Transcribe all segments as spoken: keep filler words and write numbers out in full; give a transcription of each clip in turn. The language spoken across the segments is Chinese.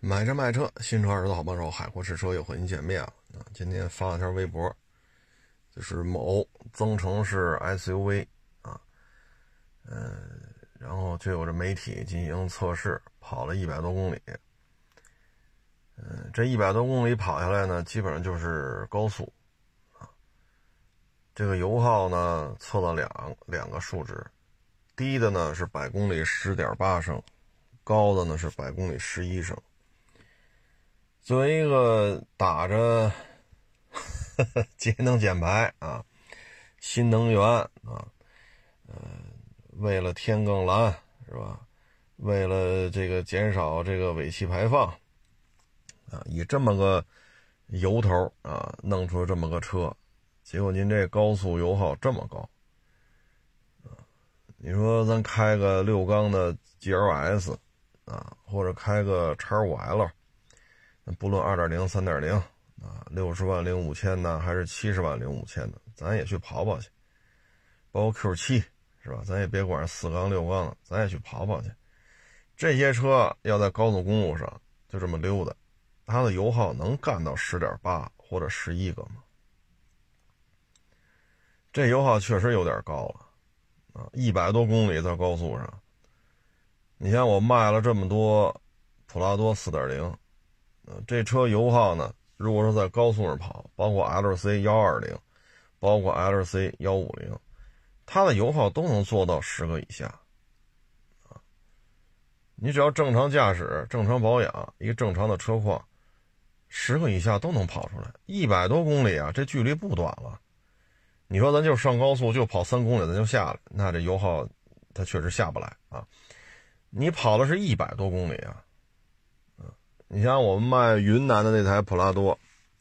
买车卖车，新车二手好帮手，海阔试车又和您见面了啊！今天发了条微博，就是某增程式 S U V 啊，嗯，然后就有着媒体进行测试，跑了一百多公里，嗯，这一百多公里跑下来呢，基本上就是高速啊。这个油耗呢，测了两两个数值，低的呢是百公里十点八升，高的呢是百公里十一升。作为一个打着呵呵节能减排啊、新能源啊，呃，为了天更蓝是吧？为了这个减少这个尾气排放啊，以这么个由头啊，弄出这么个车，结果您这高速油耗这么高啊！你说咱开个六缸的 G L S 啊，或者开个 X 五 L。不论 二点零 三点零 啊，六十万零五千的还是七十万零五千的，咱也去跑跑去。包括 Q 七 是吧？咱也别管四缸六缸了，咱也去跑跑去。这些车要在高速公路上就这么溜达，它的油耗能干到 十点八 或者十一个吗？这油耗确实有点高了啊！一百多公里在高速上，你像我卖了这么多普拉多 四点零。这车油耗呢，如果说在高速上跑，包括 L C 一二零，包括 L C 一五零，它的油耗都能做到十个以下啊。你只要正常驾驶、正常保养，一个正常的车况，十个以下都能跑出来。一百多公里啊，这距离不短了。你说咱就上高速就跑三公里咱就下来，那这油耗它确实下不来啊。你跑的是一百多公里啊。你像我们卖云南的那台普拉多，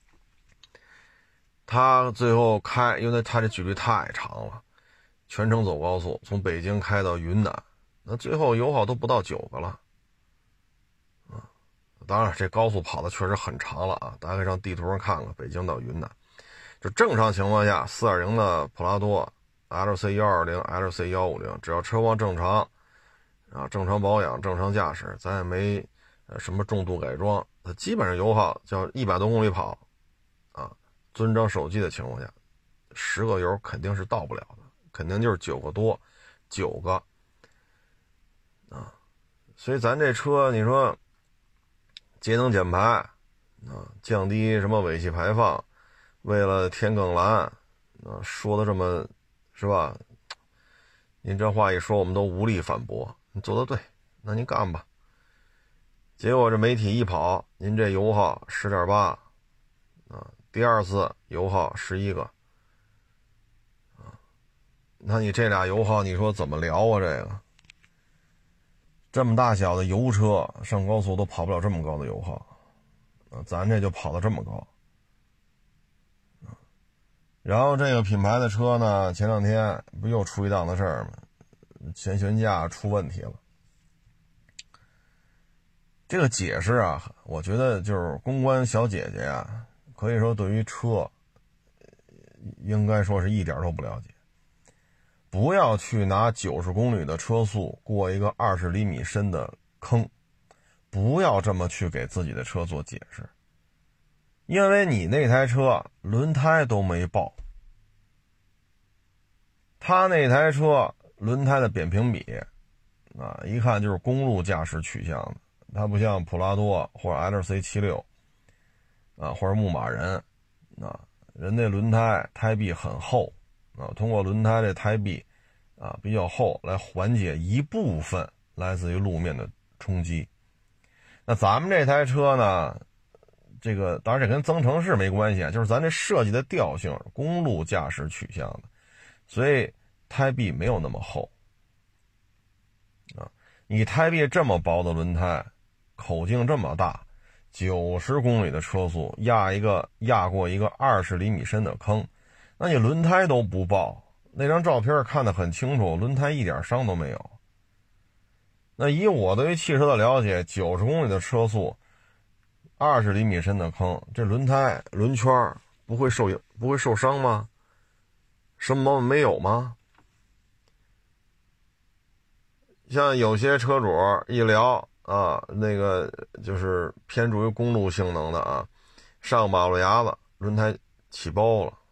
他最后开，因为他这距离太长了，全程走高速，从北京开到云南，那最后油耗都不到九个了啊！当然，这高速跑的确实很长了啊，大家可以上地图上看看，北京到云南，就正常情况下 四点零 的普拉多 L C 一二零 L C 一五零，只要车况正常啊，正常保养，正常驾驶，咱也没呃，什么重度改装，它基本上油耗叫一百多公里跑，啊，遵照手机的情况下，十个油肯定是到不了的，肯定就是九个多，九个，啊，所以咱这车你说节能减排，啊，降低什么尾气排放，为了天更蓝，啊，说的这么是吧？您这话一说，我们都无力反驳，你做得对，那您干吧。结果这媒体一跑，您这油耗 十点八 啊，第二次油耗十一个啊，那你这俩油耗你说怎么聊啊？这个这么大小的油车上高速都跑不了这么高的油耗啊，咱这就跑得这么高啊。然后这个品牌的车呢，前两天不又出一档子事儿吗？前悬架出问题了。这个解释啊，我觉得就是公关小姐姐啊，可以说对于车应该说是一点都不了解。不要去拿九十公里的车速过一个二十厘米深的坑，不要这么去给自己的车做解释，因为你那台车轮胎都没爆，他那台车轮胎的扁平比啊，一看就是公路驾驶取向的。它不像普拉多或者 L C 七十六 啊，或者牧马人啊，人那轮胎胎壁很厚啊，通过轮胎这胎壁啊比较厚来缓解一部分来自于路面的冲击。那咱们这台车呢，这个当然这跟增程式没关系啊，就是咱这设计的调性公路驾驶取向的，所以胎壁没有那么厚啊。你胎壁这么薄的轮胎，口径这么大，九十公里的车速压一个压过一个二十厘米深的坑，那你轮胎都不爆，那张照片看得很清楚，轮胎一点伤都没有。那以我对于汽车的了解，九十公里的车速，二十厘米深的坑，这轮胎轮圈不会受不会受伤吗？什么毛病没有吗？像有些车主一聊啊，那个就是偏重于公路性能的啊，上马路牙子轮胎起包了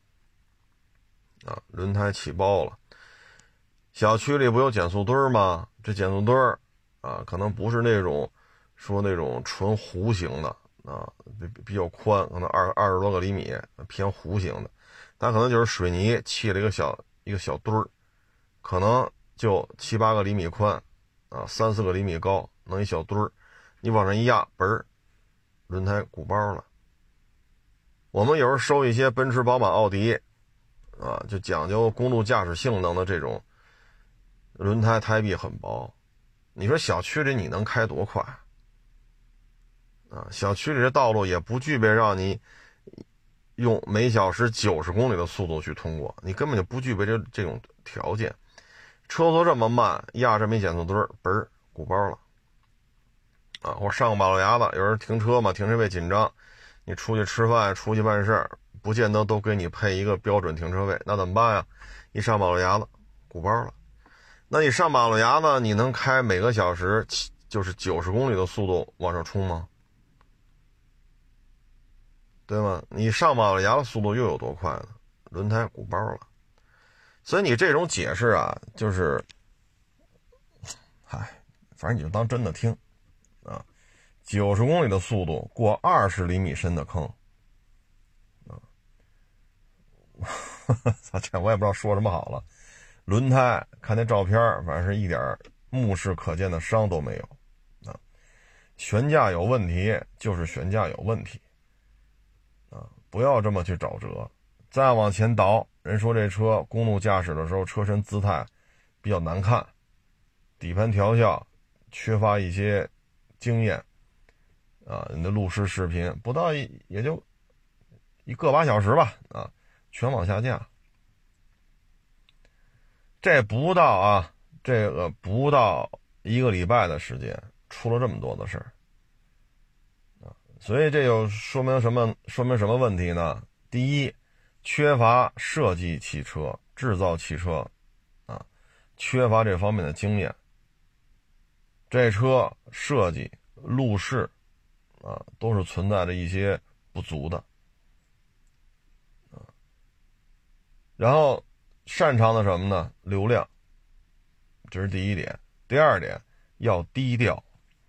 啊，轮胎起包了。小区里不有减速墩儿吗？这减速墩儿啊，可能不是那种说那种纯弧形的啊，比比较宽，可能二二十多个厘米，偏弧形的。它可能就是水泥砌了一个小一个小墩儿，可能就七八个厘米宽啊，三四个厘米高，弄一小墩儿，你往上一压，嘣儿，轮胎鼓包了。我们有时候收一些奔驰、宝马、奥迪啊，就讲究公路驾驶性能的这种轮胎，胎壁很薄。你说小区里你能开多快啊？小区里的道路也不具备让你用每小时九十公里的速度去通过，你根本就不具备这这种条件。车速这么慢，压这么一减速墩儿，嘣儿鼓包了啊！我上个马路牙子，有人停车嘛，停车位紧张，你出去吃饭、出去办事，不见得都给你配一个标准停车位，那怎么办呀？一上马路牙子，鼓包了。那你上马路牙子，你能开每个小时就是九十公里的速度往上冲吗？对吗？你上马路牙子速度又有多快呢？轮胎鼓包了。所以你这种解释啊，就是，嗨，反正你就当真的听啊。九十公里的速度过二十厘米深的坑啊，操，这我也不知道说什么好了。轮胎看那照片，反正是一点目视可见的伤都没有啊。悬架有问题就是悬架有问题啊，不要这么去找辙。再往前倒，人说这车公路驾驶的时候车身姿态比较难看，底盘调校缺乏一些经验啊，你的路试视频不到一也就一个把小时吧啊，全往下降。这不到啊，这个不到一个礼拜的时间，出了这么多的事儿啊，所以这就说明什么？说明什么问题呢？第一，缺乏设计汽车、制造汽车啊，缺乏这方面的经验。这车设计、路试啊，都是存在着一些不足的啊。然后擅长的什么呢？流量，这是第一点。第二点，要低调，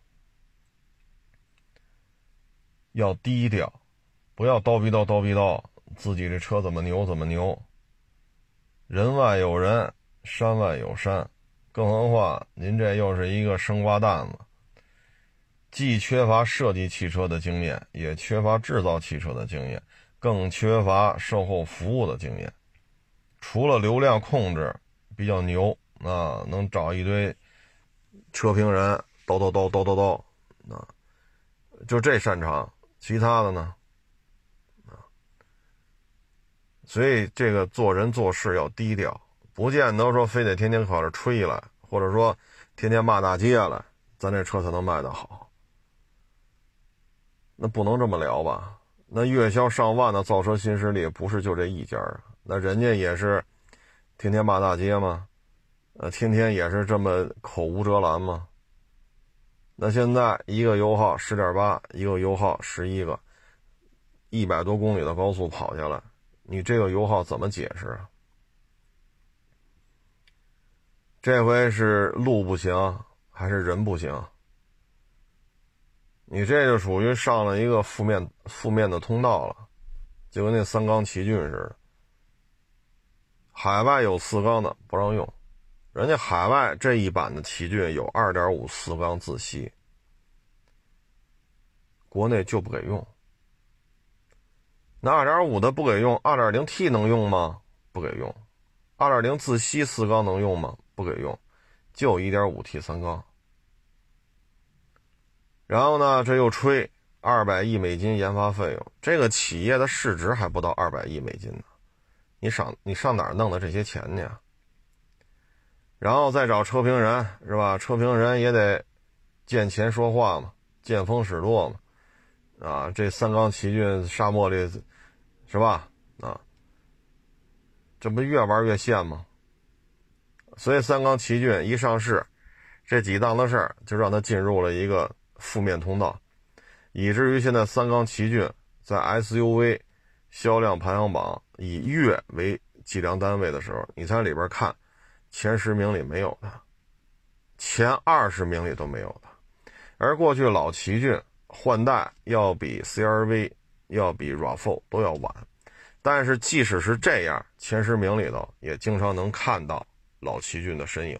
要低调，不要叨逼叨叨逼叨，自己这车怎么牛怎么牛。人外有人，山外有山，更何况您这又是一个生瓜蛋子，既缺乏设计汽车的经验，也缺乏制造汽车的经验，更缺乏售后服务的经验。除了流量控制比较牛啊，能找一堆车评人叨叨叨叨叨叨啊，就这擅长，其他的呢啊，所以这个做人做事要低调，不见得说非得天天靠着吹来，或者说天天骂大街来，咱这车才能卖得好。那不能这么聊吧？那月销上万的造车新势力不是就这一家啊？那人家也是天天骂大街吗？呃，天天也是这么口无遮拦吗？那现在一个油耗 十点八， 一个油耗十一个，一百多公里的高速跑下来，你这个油耗怎么解释啊？这回是路不行还是人不行？你这就属于上了一个负面负面的通道了，就跟那三缸奇骏似的。海外有四缸的不让用，人家海外这一版的奇骏有 二点五 四缸自吸，国内就不给用。那 二点五 的不给用， 二点零 T 能用吗？不给用。 二点零 自吸四缸能用吗？不给用，就 一点五 T 三缸。然后呢，这又吹二百亿美金研发费用，这个企业的市值还不到二百亿美金呢，你上你上哪儿弄的这些钱去？然后再找车评人是吧？车评人也得见钱说话嘛，见风使舵嘛。啊，这三缸奇骏沙漠里是吧？啊，这不越玩越陷吗？所以三缸奇骏一上市， 这几档的事儿就让它进入了一个负面通道，以至于现在三缸奇骏在 S U V 销量排行榜以月为计量单位的时候，你在里边看前十名里没有它，前二十名里都没有它。而过去老奇骏换代要比 C R V 要比 R A V 四 都要晚，但是即使是这样，前十名里头也经常能看到老奇骏的身影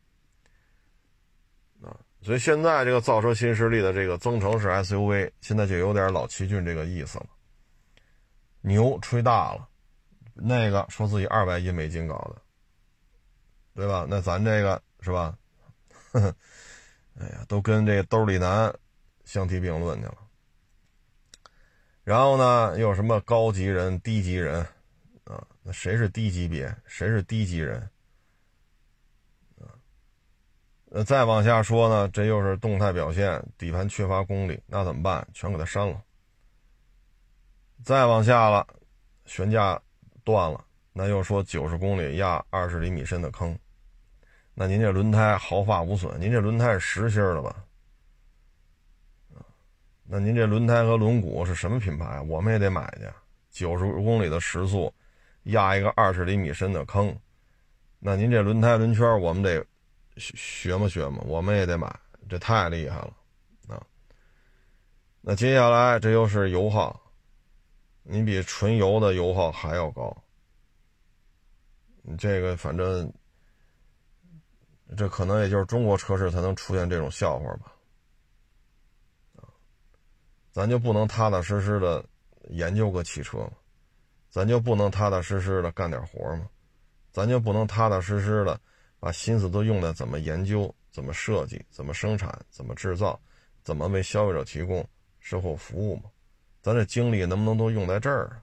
啊。所以现在这个造车新势力的这个增程式 S U V 现在就有点老奇骏这个意思了，牛吹大了，那个说自己二百亿美金搞的，对吧？那咱这个是吧？呵呵，哎呀，都跟这兜里男相提并论去了。然后呢，又有什么高级人、低级人啊？那谁是低级别，谁是低级人啊？呃，再往下说呢，这又是动态表现，底盘缺乏公里，那怎么办？全给它删了。再往下了，悬架断了，那又说九十公里压二十厘米深的坑。那您这轮胎毫发无损，您这轮胎是实心的吧？那您这轮胎和轮毂是什么品牌？我们也得买去。九十公里的时速，压一个二十厘米深的坑，那您这轮胎轮圈我们得学嘛学嘛，我们也得买，这太厉害了啊！那接下来这又是油耗，你比纯油的油耗还要高。你这个反正，这可能也就是中国车市才能出现这种笑话吧。咱就不能踏踏实实的研究个汽车吗？咱就不能踏踏实实的干点活吗？咱就不能踏踏实实的把心思都用在怎么研究、怎么设计、怎么生产、怎么制造、怎么为消费者提供售后服务吗？咱这精力能不能都用在这儿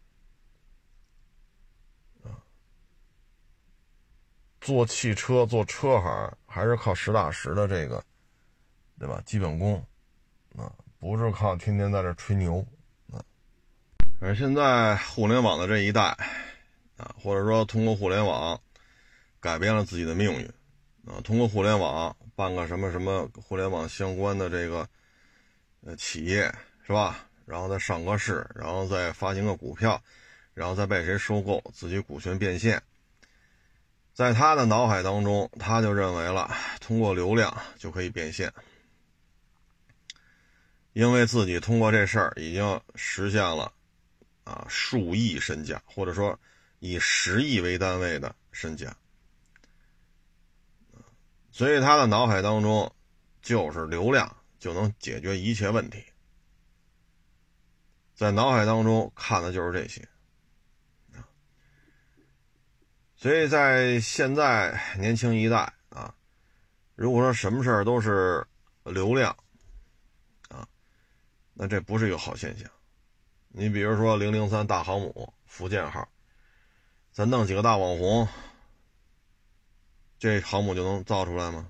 啊？做汽车、做车行还是靠实打实的这个，对吧？基本功啊。不是靠天天在这吹牛啊！而现在互联网的这一代啊，或者说通过互联网改变了自己的命运啊，通过互联网办个什么什么互联网相关的这个呃企业是吧？然后再上个市，然后再发行个股票，然后再被谁收购，自己股权变现。在他的脑海当中，他就认为了通过流量就可以变现。因为自己通过这事儿已经实现了啊数亿身价，或者说以十亿为单位的身价，所以他的脑海当中就是流量就能解决一切问题，在脑海当中看的就是这些。所以在现在年轻一代啊，如果说什么事儿都是流量那这不是一个好现象。你比如说零零三大航母福建号，咱弄几个大网红，这航母就能造出来吗？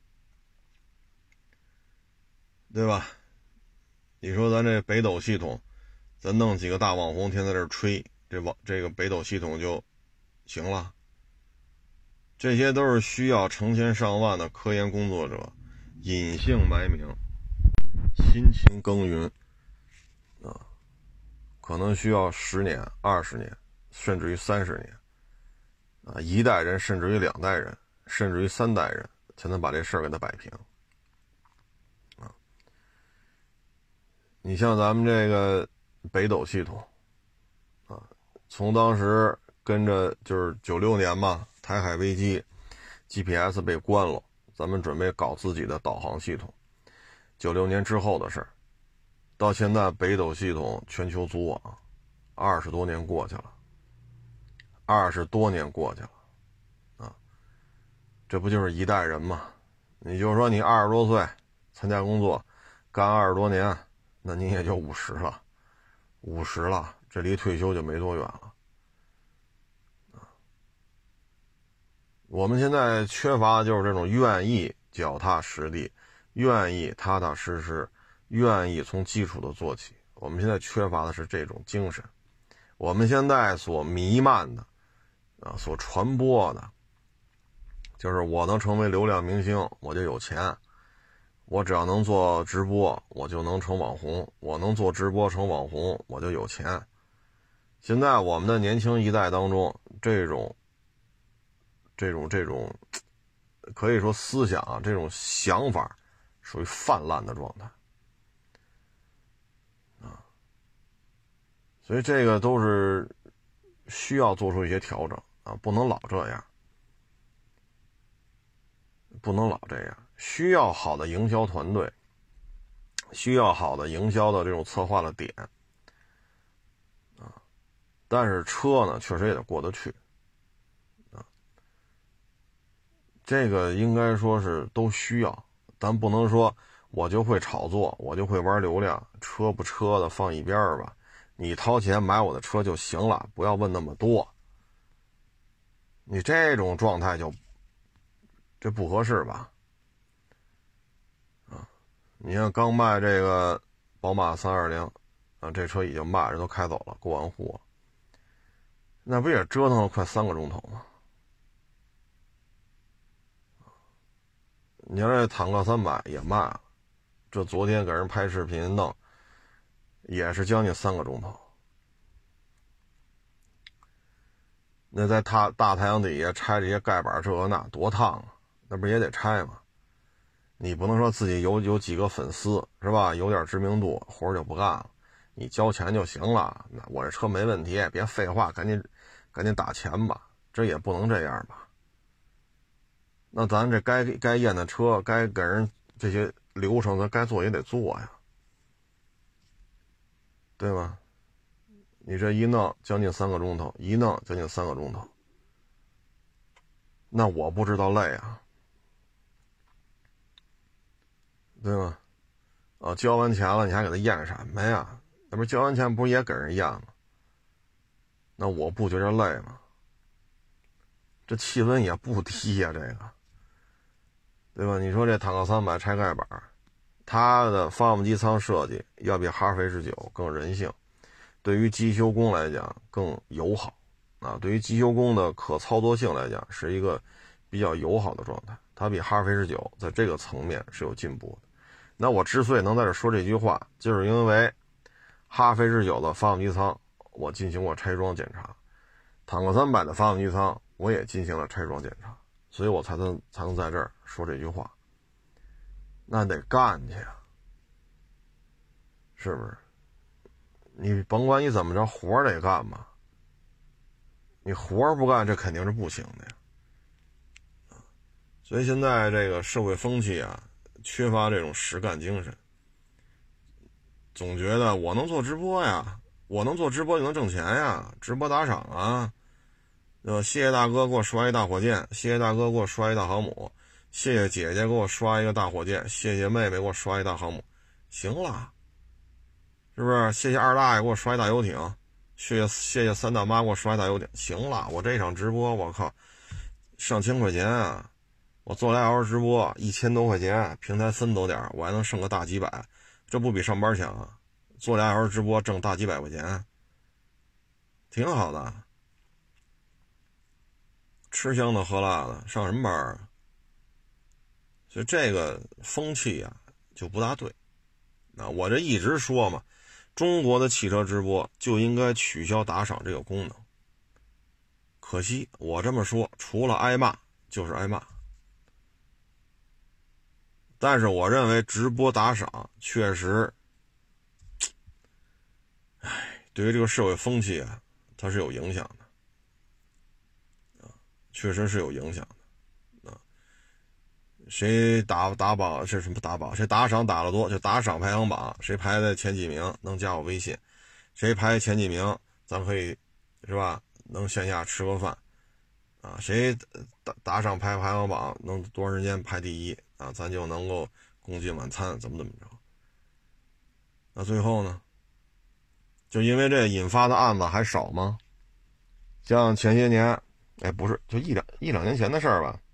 对吧？你说咱这北斗系统，咱弄几个大网红天在这吹，这网这个北斗系统就行了？这些都是需要成千上万的科研工作者隐姓埋名，辛勤耕耘啊，可能需要十年、二十年，甚至于三十年啊，一代人，甚至于两代人，甚至于三代人，才能把这事儿给它摆平啊。你像咱们这个北斗系统啊，从当时跟着就是九六年嘛，台海危机 G P S 被关了，咱们准备搞自己的导航系统，九六年之后的事儿，到现在北斗系统全球组网，二十多年过去了，二十多年过去了啊，这不就是一代人吗？你就说你二十多岁参加工作干二十多年，那你也就五十了，五十了，这离退休就没多远了。我们现在缺乏的就是这种愿意脚踏实地，愿意踏踏实实，愿意从基础的做起。我们现在缺乏的是这种精神。我们现在所弥漫的啊，所传播的， 就是我能成为流量明星，我就有钱。我只要能做直播，我就能成网红。我能做直播成网红，我就有钱。现在我们的年轻一代当中，这种、这种、这种，可以说思想啊，这种想法属于泛滥的状态啊，所以这个都是需要做出一些调整啊，不能老这样，不能老这样，需要好的营销团队，需要好的营销的这种策划的点啊，但是车呢，确实也得过得去啊，这个应该说是都需要，咱不能说我就会炒作，我就会玩流量，车不车的放一边吧，你掏钱买我的车就行了，不要问那么多。你这种状态就这不合适吧？啊，你看刚卖这个宝马三二零啊，这车已经卖，人都开走了，过完户，那不也折腾了快三个钟头吗？你看这坦克三百也卖了，这昨天给人拍视频弄，也是将近三个钟头。那在大大太阳底下拆这些盖板这个那多烫啊，那不也得拆吗？你不能说自己有有几个粉丝是吧，有点知名度活就不干了，你交钱就行了，那我这车没问题，别废话，赶紧赶紧打钱吧，这也不能这样吧。那咱这该该验的车，该给人这些流程咱该做也得做呀，对吧？你这一弄将近三个钟头，一弄将近三个钟头，那我不知道累啊，对吗？啊，交完钱了你还给他验什么呀？那不是交完钱不是也给人验吗？那我不觉得累吗？这气温也不低呀，这个，对吧？你说这坦克三百拆盖板，它的发动机舱设计要比哈弗 H 九更人性，对于机修工来讲更友好啊，对于机修工的可操作性来讲是一个比较友好的状态，它比哈弗 H 九在这个层面是有进步的。那我之所以能在这说这句话，就是因为哈弗 H 九的发动机舱我进行过拆装检查，坦克三百的发动机舱我也进行了拆装检查，所以我才能才能在这儿说这句话。那得干去啊，是不是？你甭管你怎么着，活得干嘛？你活不干，这肯定是不行的呀。所以现在这个社会风气啊，缺乏这种实干精神，总觉得我能做直播呀，我能做直播就能挣钱呀，直播打赏啊，呃，谢谢大哥给我刷一大火箭，谢谢大哥给我刷一大航母，谢谢姐姐给我刷一个大火箭，谢谢妹妹给我刷一大航母，行了，是不是？谢谢二大爷给我刷一大游艇，谢谢谢谢三大妈给我刷一大游艇，行了，我这场直播我靠，上千块钱啊！我做俩小时直播一千多块钱，平台分走点，我还能剩个大几百，这不比上班强啊？做俩小时直播挣大几百块钱，挺好的。吃香的喝辣的，上什么班啊？所以这个风气啊就不大对。那我这一直说嘛，中国的汽车直播就应该取消打赏这个功能。可惜我这么说，除了挨骂就是挨骂。但是我认为直播打赏确实，唉，对于这个社会风气啊，它是有影响的，啊，确实是有影响的，啊，谁打打榜是什么打榜？谁打赏打得多，就打赏排行榜，谁排在前几名能加我微信，谁排前几名咱可以是吧？能线下吃个饭，啊，谁打打赏排排行榜能多长时间排第一啊，咱就能够共进晚餐，怎么怎么着。那最后呢，就因为这引发的案子还少吗？像前些年，哎，不是，就一两一两年前的事儿吧。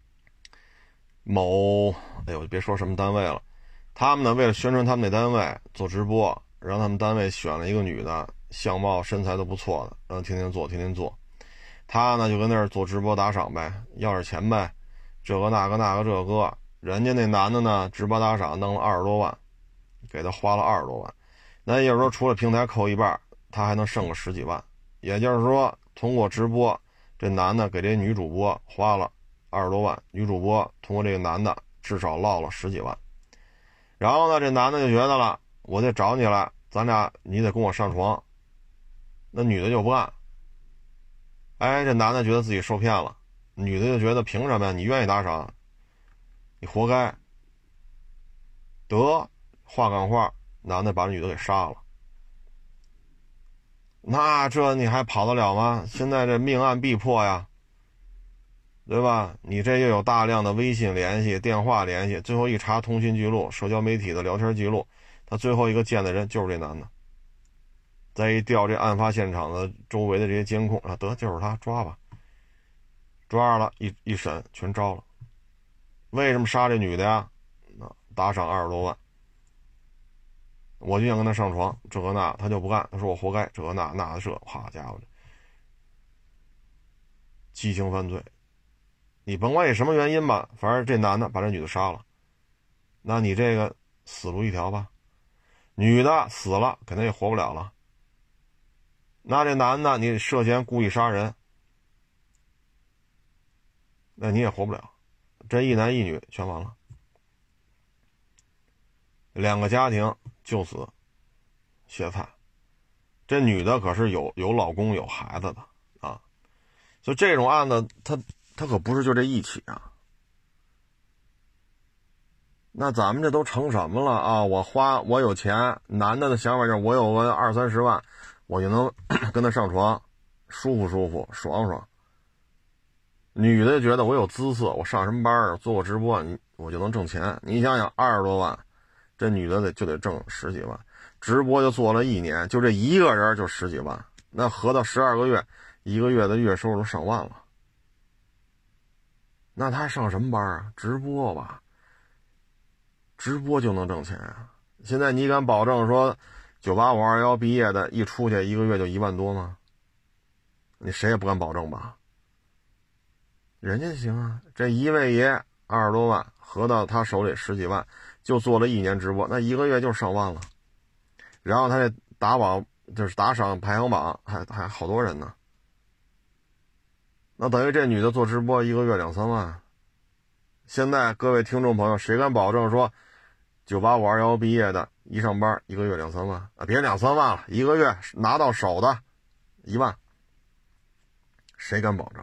某，哎呦，别说什么单位了，他们呢为了宣传他们那单位做直播，让他们单位选了一个女的，相貌身材都不错的，让天天做天天做。他呢就跟那儿做直播打赏呗，要点钱呗。 这个那个那个这个，人家那男的呢，直播打赏弄了二十多万，给他花了二十多万，那也就是说，除了平台扣一半，他还能剩个十几万。也就是说，通过直播，这男的给这女主播花了二十多万，女主播通过这个男的至少落了十几万。然后呢，这男的就觉得了，我得找你来，咱俩你得跟我上床。那女的就不干。哎，这男的觉得自己受骗了，女的就觉得凭什么呀？你愿意打赏，你活该。得，话赶话，男的把女的给杀了。那这你还跑得了吗？现在这命案必破呀，对吧？你这又有大量的微信联系、电话联系，最后一查通讯记录、社交媒体的聊天记录，他最后一个见的人就是这男的。再一调这案发现场的周围的这些监控啊，得就是他，抓吧。抓了一一审全招了。为什么杀这女的呀？啊，打赏二十多万。我就想跟他上床，这个那他就不干，他说我活该，这个那那的这，好家伙的，激情犯罪。你甭管以什么原因吧，反正这男的把这女的杀了，那你这个死路一条吧。女的死了，肯定也活不了了。那这男的你涉嫌故意杀人，那你也活不了。这一男一女全完了，两个家庭就此谢菜。这女的可是有有老公有孩子的啊，所以这种案子他他可不是就这一起啊。那咱们这都成什么了啊？我花我有钱，男的的想法就是我有个二三十万，我就能跟他上床，舒服舒服，爽爽。女的觉得我有姿色，我上什么班啊？做个直播，你我就能挣钱。你想想，二十多万，这女的得就得挣十几万，直播就做了一年，就这一个人就十几万，那合到十二个月，一个月的月收入上万了。那他上什么班啊？直播吧，直播就能挣钱啊！现在你敢保证说九八五二幺毕业的，一出去一个月就一万多吗？你谁也不敢保证吧？人家行啊，这一位爷二十多万，合到他手里十几万，就做了一年直播，那一个月就上万了。然后他这打榜就是打赏排行榜还还好多人呢。那等于这女的做直播一个月两三万。现在各位听众朋友，谁敢保证说九八五二幺毕业的一上班一个月两三万啊？别两三万了，一个月拿到手的一万，谁敢保证？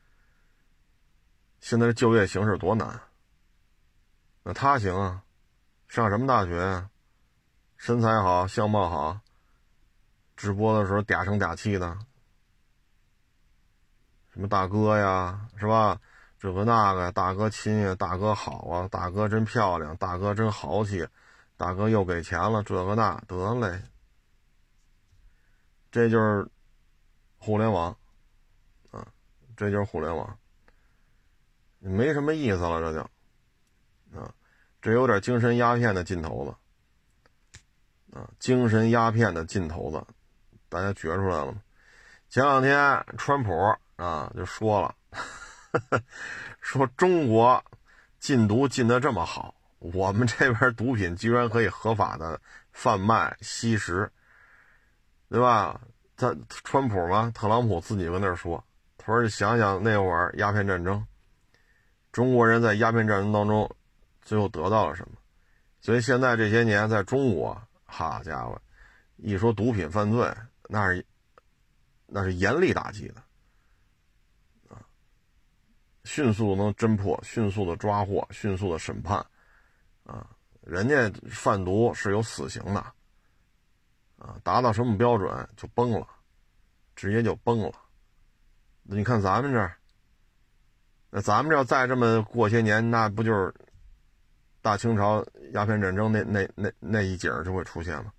现在的就业形势多难。那他行啊，上什么大学啊？身材好，相貌好，直播的时候嗲声嗲气的，什么大哥呀，是吧？这个那个，大哥亲呀，大哥好啊，大哥真漂亮，大哥真豪气，大哥又给钱了，这个那得嘞。这就是互联网啊，这就是互联网，没什么意思了，这就啊，这有点精神鸦片的劲头子啊，精神鸦片的劲头子，大家觉出来了吗？前两天川普啊就说了。说中国禁毒禁得这么好，我们这边毒品居然可以合法的贩卖吸食，对吧？他川普嘛，特朗普自己跟那儿说，他说想想那会儿鸦片战争，中国人在鸦片战争当中最后得到了什么？所以现在这些年在中国，好家伙，一说毒品犯罪，那是那是严厉打击的。迅速能侦破，迅速的抓获，迅速的审判，啊，人家贩毒是有死刑的，啊，达到什么标准就崩了，直接就崩了。你看咱们这儿，那咱们这要再这么过些年，那不就是大清朝鸦片战争那那那那一景就会出现了。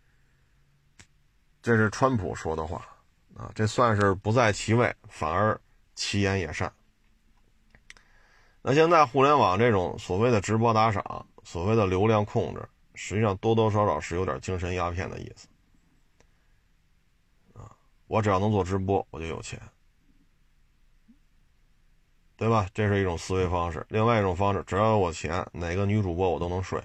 这是川普说的话啊，这算是不在其位，反而其言也善。那现在互联网这种所谓的直播打赏，所谓的流量控制，实际上多多少少是有点精神鸦片的意思啊！我只要能做直播，我就有钱， 对吧？这是一种思维方式。另外一种方式，只要有我钱，哪个女主播我都能睡。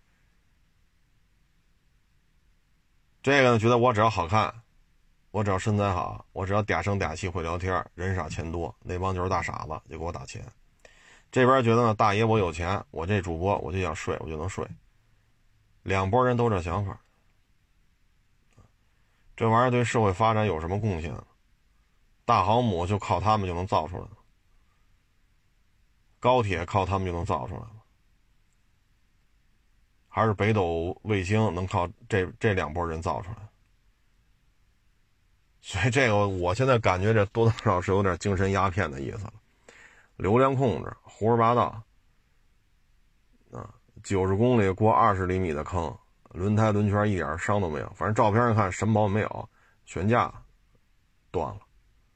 这个呢，觉得我只要好看，我只要身材好，我只要嗲声嗲气会聊天，人傻钱多，那帮就是大傻子，就给我打钱。这边觉得呢，大爷我有钱，我这主播我就想睡，我就能睡。两拨人都这想法，这玩意儿对社会发展有什么贡献？大航母就靠他们就能造出来了，高铁靠他们就能造出来了，还是北斗卫星能靠这这两拨人造出来？所以这个我现在感觉这多多少少是有点精神鸦片的意思了。流量控制，胡说八道啊！九十公里过二十厘米的坑，轮胎轮圈一点伤都没有，反正照片上看什么毛病没有，悬架断了。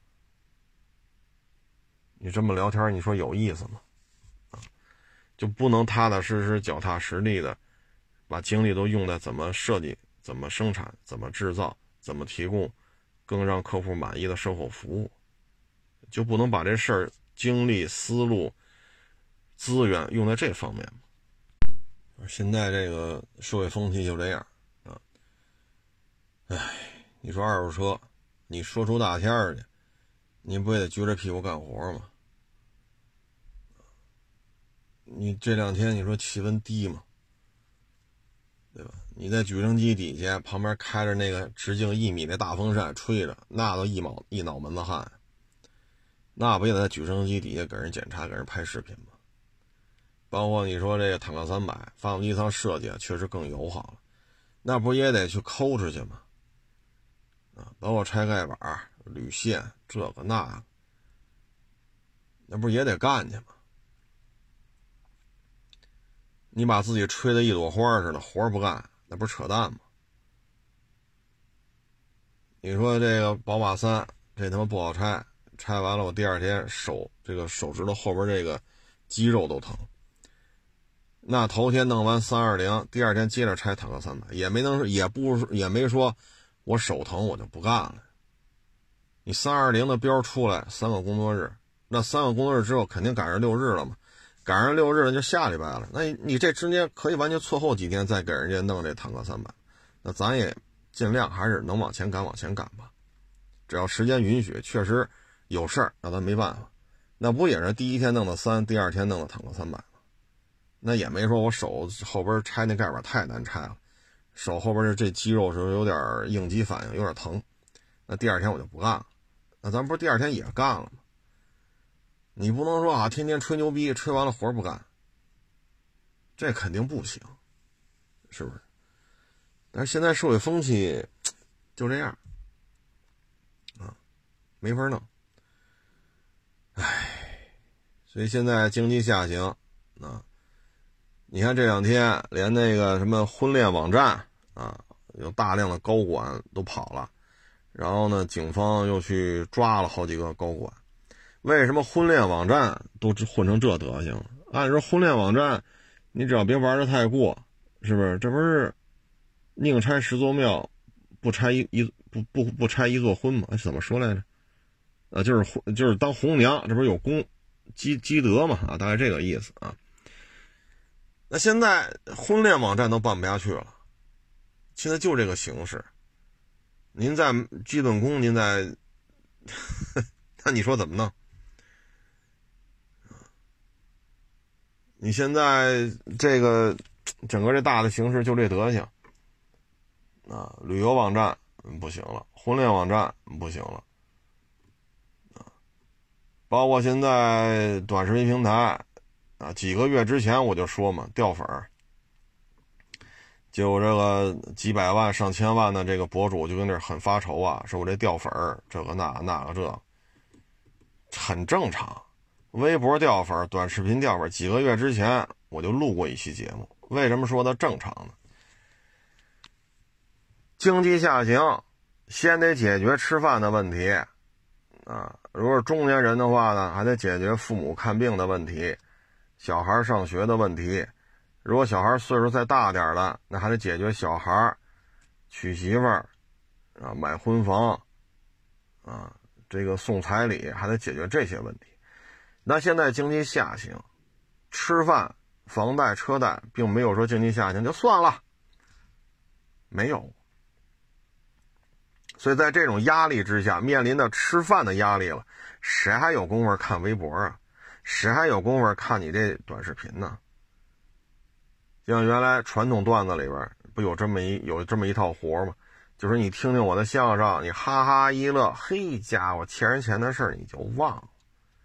你这么聊天，你说有意思吗？啊，就不能踏踏实实、脚踏实地的把精力都用在怎么设计、怎么生产、怎么制造、怎么提供更让客户满意的售后服务，就不能把这事儿精力、思路、资源用在这方面吗？现在这个社会风气就这样啊！哎，你说二手车，你说出大天儿去，你不也得撅着屁股干活吗？你这两天你说气温低嘛，对吧？你在举升机底下旁边开着那个直径一米的大风扇吹着，那都一脑一脑门子汗，那不也得在举升机底下给人检查、给人拍视频吗？包括你说这个坦克三百发动机舱设计啊，确实更友好了，那不也得去抠出去吗？啊，包括拆盖板、铝线，这个那个，那不也得干去吗？你把自己吹得一朵花似的，活不干，那不是扯淡吗？你说这个宝马三，这他妈不好拆，拆完了我第二天手这个手指头后边这个肌肉都疼。那头天弄完三二零，第二天接着拆坦克三百，也没能也不也没说我手疼我就不干了。你三二零的标出来三个工作日，那三个工作日之后肯定赶上六日了嘛，赶上六日了就下礼拜了，那你这之间可以完全错后几天再给人家弄这坦克三百，那咱也尽量还是能往前赶往前赶吧，只要时间允许，确实有事儿那咱没办法，那不也是第一天弄的三，第二天弄的坦克三百吗？那也没说我手后边拆那盖板太难拆了，手后边这肌肉是有点应激反应，有点疼，那第二天我就不干了，那咱不是第二天也干了吗？你不能说啊天天吹牛逼，吹完了活不干，这肯定不行，是不是？但是现在社会风气就这样啊，没法弄。唉，所以现在经济下行啊，你看这两天连那个什么婚恋网站啊，有大量的高管都跑了，然后呢警方又去抓了好几个高管。为什么婚恋网站都混成这德行？按说婚恋网站你只要别玩得太过，是不是？这不是宁拆十座庙不拆一一不不不拆一座婚吗？怎么说来着？啊，就是就是当红娘，这不是有功积积德嘛？啊，大概这个意思啊。那现在婚恋网站都办不下去了，现在就这个形式。您在基本功，您在，那你说怎么弄？你现在这个整个这大的形势就这德行啊，旅游网站不行了，婚恋网站不行了啊，包括现在短视频平台啊，几个月之前我就说嘛，掉粉儿，就这个几百万上千万的这个博主就跟这很发愁啊，说我这掉粉儿，这个那那个这很正常。微博掉粉，短视频掉粉，几个月之前我就录过一期节目。为什么说它正常呢？经济下行，先得解决吃饭的问题啊。如果是中年人的话呢，还得解决父母看病的问题，小孩上学的问题。如果小孩岁数再大点了，那还得解决小孩娶媳妇儿啊、买婚房啊，这个送彩礼，还得解决这些问题。 那现在经济下行，吃饭、房贷、车贷并没有说经济下行就算了，没有。所以在这种压力之下，面临的吃饭的压力了，谁还有功夫看微博啊？谁还有功夫看你这短视频呢？像原来传统段子里边不有这么一有这么一套活吗？就是你听听我的相声，你哈哈一乐，嘿家伙，欠人钱的事你就忘了。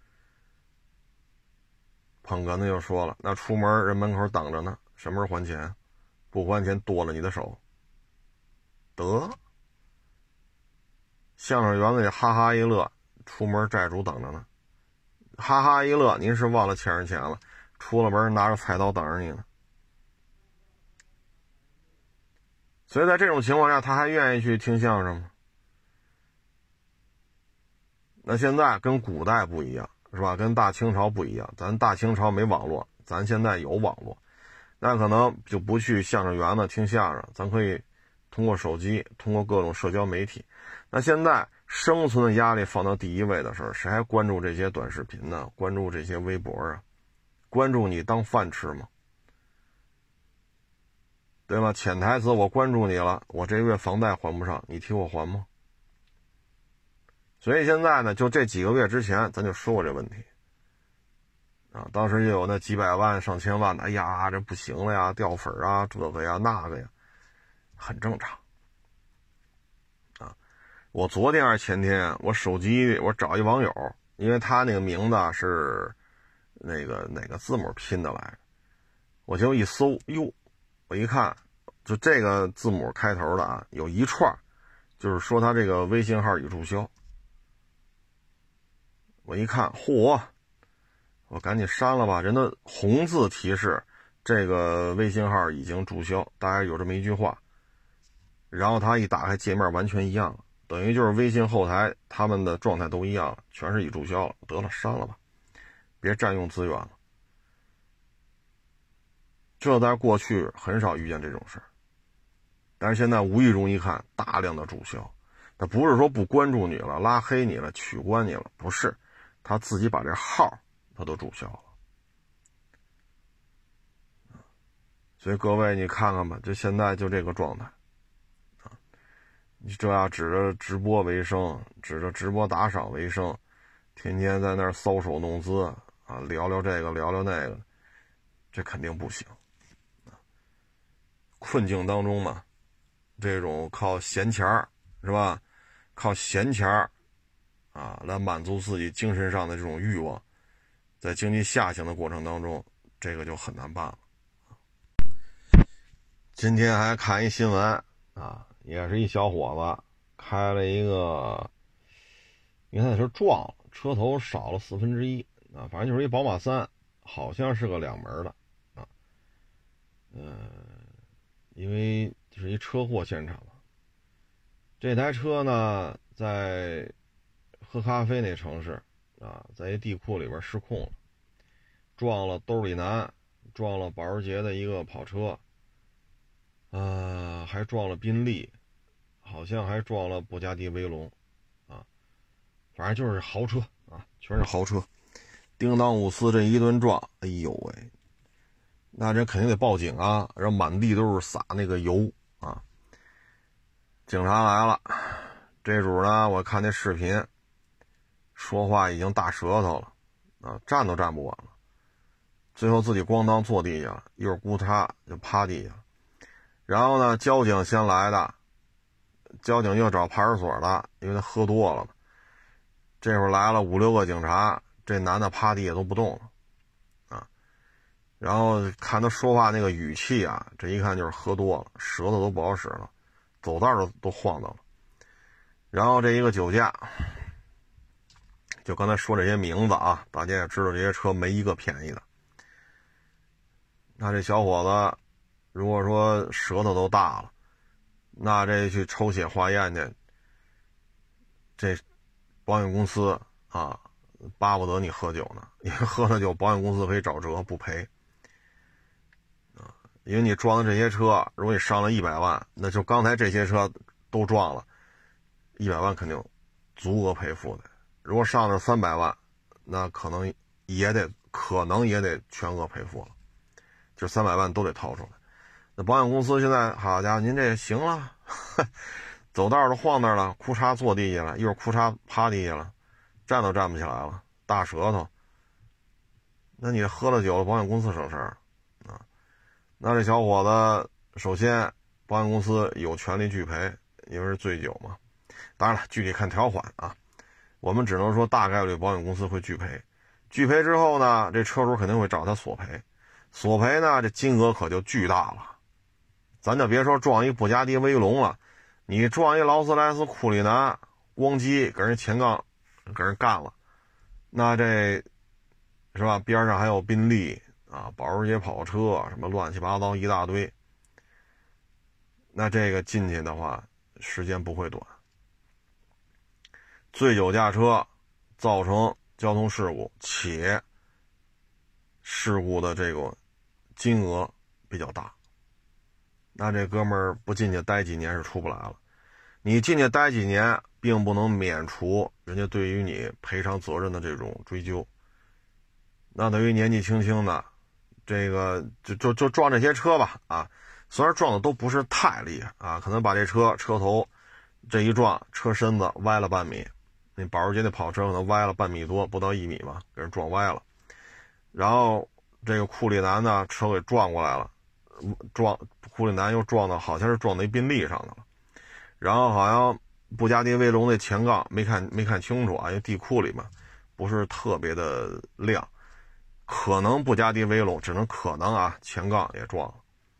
捧哏的就说了，那出门人门口等着呢，什么时候还钱？不还钱剁了你的手。得，相声园子里哈哈一乐，出门债主等着呢。哈哈一乐，您是忘了欠人钱了，出了门拿着菜刀等着你呢。所以在这种情况下，他还愿意去听相声吗？那现在跟古代不一样，是吧？跟大清朝不一样，咱大清朝没网络，咱现在有网络，那可能就不去相声园子听相声，咱可以通过手机，通过各种社交媒体。那现在生存的压力放到第一位的时候，谁还关注这些短视频呢？关注这些微博啊？关注你当饭吃吗？对吧？潜台词，我关注你了，我这个月房贷还不上，你替我还吗？所以现在呢，就这几个月之前，咱就说过这问题啊。当时就有那几百万、上千万的，哎呀，这不行了呀，掉粉啊，这个呀，那个呀，很正常啊。我昨天还是前天，我手机我找一网友，因为他那个名字是那个哪个字母拼的来着，我就一搜，哟。我一看，就这个字母开头的啊，有一串，就是说他这个微信号已注销。我一看，嚯，我赶紧删了吧。人的红字提示，这个微信号已经注销，大概有这么一句话。然后他一打开界面完全一样了，等于就是微信后台他们的状态都一样了，全是已注销了。得了，删了吧，别占用资源了。这在过去很少遇见这种事儿，但是现在无意中一看，大量的注销。他不是说不关注你了，拉黑你了，取关你了，不是，他自己把这号他都注销了。所以各位你看看吧，就现在就这个状态啊，你这要指着直播为生，指着直播打赏为生，天天在那儿搔首弄姿啊，聊聊这个聊聊那个，这肯定不行。困境当中嘛，这种靠闲钱儿是吧？靠闲钱儿啊来满足自己精神上的这种欲望，在经济下行的过程当中，这个就很难办了。今天还看一新闻啊，也是一小伙子开了一个，应该是撞了，车头少了四分之一啊，反正就是一宝马三，好像是个两门的啊，呃。因为就是一车祸现场嘛，这台车呢在喝咖啡那城市啊，在一地库里边失控了，撞了兜里南，撞了保时捷的一个跑车，啊，还撞了宾利，好像还撞了布加迪威龙，啊，反正就是豪车啊，全是豪车，叮当五四这一顿撞，哎呦喂！那这肯定得报警啊，然后满地都是洒那个油啊。警察来了，这主呢，我看那视频，说话已经大舌头了啊，站都站不稳了，最后自己咣当坐地下了，一会儿咕嚓就趴地下了。然后呢，交警先来的，交警又找派出所的，因为他喝多了嘛。这会儿来了五六个警察，这男的趴地下都不动了。然后看他说话那个语气啊，这一看就是喝多了，舌头都不好使了，走道都都晃荡了。然后这一个酒驾，就刚才说这些名字啊，大家也知道这些车没一个便宜的。那这小伙子如果说舌头都大了，那这去抽血化验去，这保险公司啊巴不得你喝酒呢，因为喝了酒保险公司可以找辙不赔。因为你撞的这些车，如果你伤了一百万，那就刚才这些车都撞了，一百万肯定足额赔付的。如果上了三百万，那可能也得可能也得全额赔付了，就三百万都得掏出来。那保险公司现在好家伙，您这行了，走道都晃那儿了，裤衩坐地下了，一会儿裤衩趴地下了，站都站不起来了，大舌头。那你喝了酒了，保险公司省事儿啊。那这小伙子，首先保险公司有权利拒赔，因为是醉酒嘛。当然了，具体看条款啊。我们只能说大概率保险公司会拒赔。拒赔之后呢，这车主肯定会找他索赔。索赔呢，这金额可就巨大了。咱就别说撞一布加迪威龙了，你撞一劳斯莱斯库里南，咣叽给人前杠给人干了，那这是吧？边上还有宾利啊、保时捷跑车什么乱七八糟一大堆，那这个进去的话时间不会短。醉酒驾车造成交通事故，且事故的这个金额比较大，那这哥们儿不进去待几年是出不来了。你进去待几年并不能免除人家对于你赔偿责任的这种追究。那对于年纪轻轻的这个就就就撞这些车吧啊，虽然撞的都不是太厉害啊，可能把这车车头这一撞，车身子歪了半米，那保时捷那跑车可能歪了半米多，不到一米吧，给人撞歪了。然后这个库里南呢，车给撞过来了，撞库里南又撞到好像是撞到一宾利上的了，然后好像布加迪威龙那前杠没看没看清楚啊，因为地库里嘛不是特别的亮，可能布加迪威龙只能可能啊前杠也撞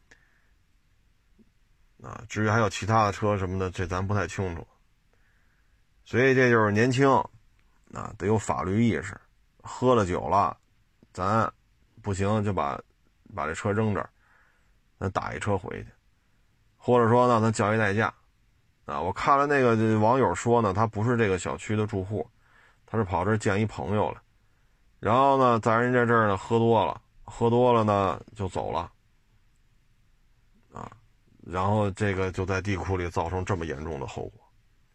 了啊，至于还有其他的车什么的，这咱不太清楚。所以这就是年轻啊，得有法律意识，喝了酒了咱不行就把把这车扔这儿，咱打一车回去，或者说呢咱叫一代驾啊。我看了那个网友说呢，他不是这个小区的住户，他是跑这儿见一朋友了，然后呢在人家这儿呢喝多了喝多了呢就走了啊，然后这个就在地库里造成这么严重的后果。